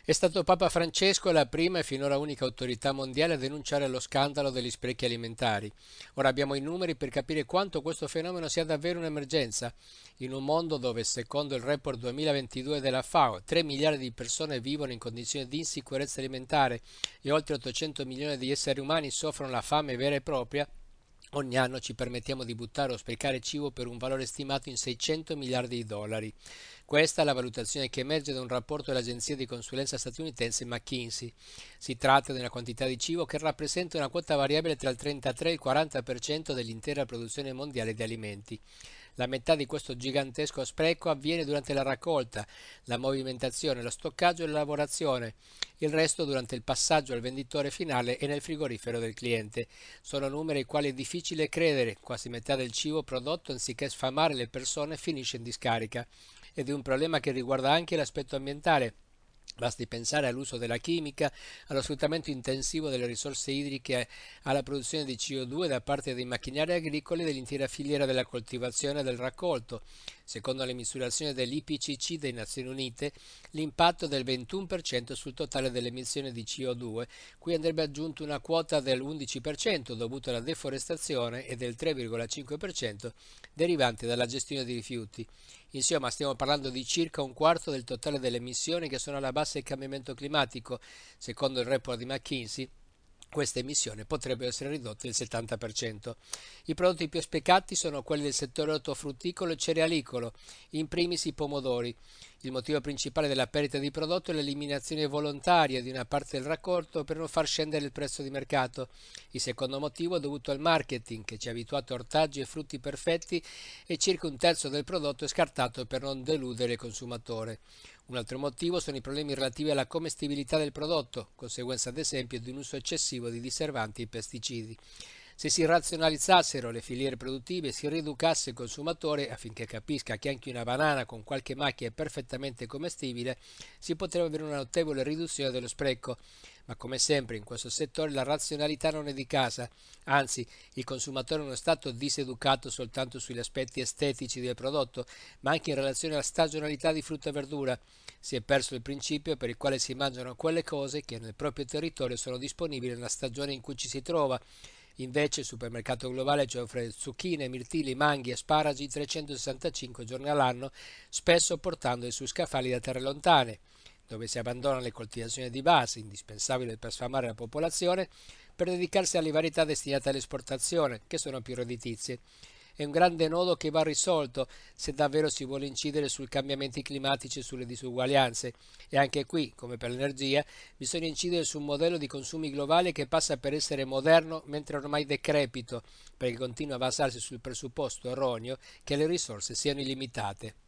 È stato Papa Francesco la prima e finora unica autorità mondiale a denunciare lo scandalo degli sprechi alimentari. Ora abbiamo i numeri per capire quanto questo fenomeno sia davvero un'emergenza. In un mondo dove, secondo il report 2022 della FAO, 3 miliardi di persone vivono in condizioni di insicurezza alimentare e oltre 800 milioni di esseri umani soffrono la fame vera e propria, ogni anno ci permettiamo di buttare o sprecare cibo per un valore stimato in 600 miliardi di dollari. Questa è la valutazione che emerge da un rapporto dell'agenzia di consulenza statunitense McKinsey. Si tratta di una quantità di cibo che rappresenta una quota variabile tra il 33 e il 40% dell'intera produzione mondiale di alimenti. La metà di questo gigantesco spreco avviene durante la raccolta, la movimentazione, lo stoccaggio e la lavorazione. Il resto durante il passaggio al venditore finale e nel frigorifero del cliente. Sono numeri ai quali è difficile credere, quasi metà del cibo prodotto anziché sfamare le persone finisce in discarica. Ed è un problema che riguarda anche l'aspetto ambientale. Basti pensare all'uso della chimica, allo sfruttamento intensivo delle risorse idriche, alla produzione di CO2 da parte dei macchinari agricoli e dell'intera filiera della coltivazione e del raccolto. Secondo le misurazioni dell'IPCC delle Nazioni Unite, l'impatto del 21% sul totale delle emissioni di CO2, cui andrebbe aggiunto una quota del 11% dovuta alla deforestazione e del 3,5% derivante dalla gestione dei rifiuti. Insomma, stiamo parlando di circa un quarto del totale delle emissioni che sono alla base del cambiamento climatico. Secondo il report di McKinsey, queste emissioni potrebbero essere ridotte del 70%. I prodotti più spiccati sono quelli del settore ortofrutticolo e cerealicolo, in primis i pomodori. Il motivo principale della perdita di prodotto è l'eliminazione volontaria di una parte del raccolto per non far scendere il prezzo di mercato. Il secondo motivo è dovuto al marketing, che ci ha abituato a ortaggi e frutti perfetti e circa un terzo del prodotto è scartato per non deludere il consumatore. Un altro motivo sono i problemi relativi alla commestibilità del prodotto, conseguenza ad esempio di un uso eccessivo di disservanti e pesticidi. Se si razionalizzassero le filiere produttive e si rieducasse il consumatore affinché capisca che anche una banana con qualche macchia è perfettamente commestibile, si potrebbe avere una notevole riduzione dello spreco. Ma come sempre in questo settore la razionalità non è di casa, anzi il consumatore non è stato diseducato soltanto sugli aspetti estetici del prodotto, ma anche in relazione alla stagionalità di frutta e verdura. Si è perso il principio per il quale si mangiano quelle cose che nel proprio territorio sono disponibili nella stagione in cui ci si trova. Invece il supermercato globale ci offre zucchine, mirtilli, manghi e asparagi 365 giorni all'anno, spesso portandoli su scaffali da terre lontane, dove si abbandonano le coltivazioni di base, indispensabili per sfamare la popolazione, per dedicarsi alle varietà destinate all'esportazione, che sono più redditizie. È un grande nodo che va risolto se davvero si vuole incidere sui cambiamenti climatici e sulle disuguaglianze. E anche qui, come per l'energia, bisogna incidere su un modello di consumi globali che passa per essere moderno mentre ormai decrepito, perché continua a basarsi sul presupposto erroneo che le risorse siano illimitate.